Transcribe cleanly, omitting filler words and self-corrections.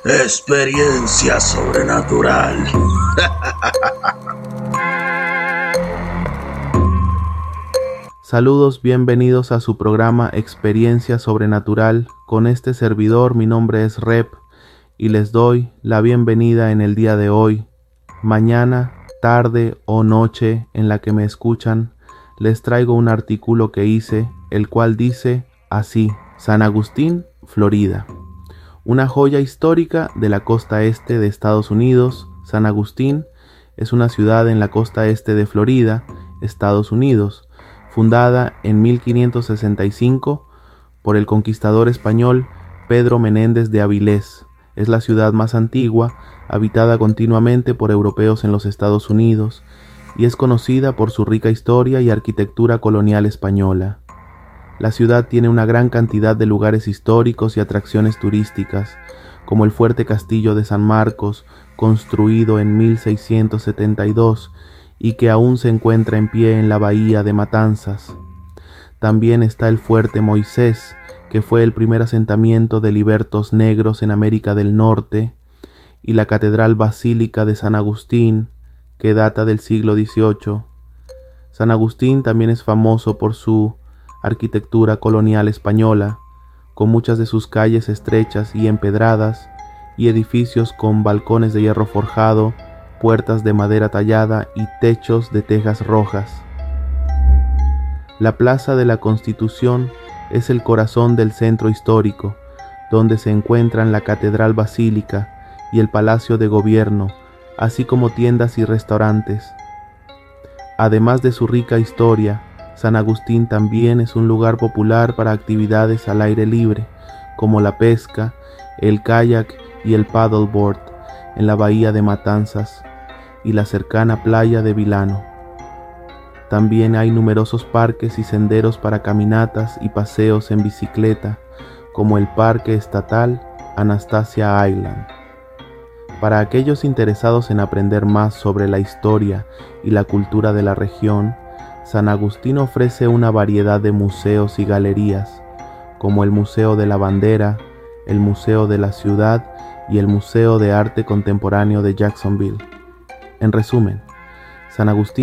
Experiencia sobrenatural. Saludos, bienvenidos a su programa Experiencia Sobrenatural. Con este servidor, mi nombre es Rep y les doy la bienvenida en el día de hoy. Mañana, tarde o noche en la que me escuchan, les traigo un artículo que hice, el cual dice así: San Agustín, Florida. Una joya histórica de la costa este de Estados Unidos. San Agustín es una ciudad en la costa este de Florida, Estados Unidos, fundada en 1565 por el conquistador español Pedro Menéndez de Avilés. Es la ciudad más antigua, habitada continuamente por europeos en los Estados Unidos, y es conocida por su rica historia y arquitectura colonial española. La ciudad tiene una gran cantidad de lugares históricos y atracciones turísticas, como el fuerte castillo de San Marcos, construido en 1672 y que aún se encuentra en pie en la bahía de Matanzas. También está el fuerte Moisés, que fue el primer asentamiento de libertos negros en América del Norte, y la Catedral Basílica de San Agustín, que data del siglo XVIII. San Agustín también es famoso por su arquitectura colonial española, con muchas de sus calles estrechas y empedradas, y edificios con balcones de hierro forjado, puertas de madera tallada y techos de tejas rojas. La Plaza de la Constitución es el corazón del centro histórico, donde se encuentran la Catedral Basílica y el Palacio de Gobierno, así como tiendas y restaurantes. Además de su rica historia, San Agustín también es un lugar popular para actividades al aire libre, como la pesca, el kayak y el paddleboard en la bahía de Matanzas y la cercana playa de Vilano. También hay numerosos parques y senderos para caminatas y paseos en bicicleta, como el Parque Estatal Anastasia Island. Para aquellos interesados en aprender más sobre la historia y la cultura de la región, San Agustín ofrece una variedad de museos y galerías, como el Museo de la Bandera, el Museo de la Ciudad y el Museo de Arte Contemporáneo de Jacksonville. En resumen, San Agustín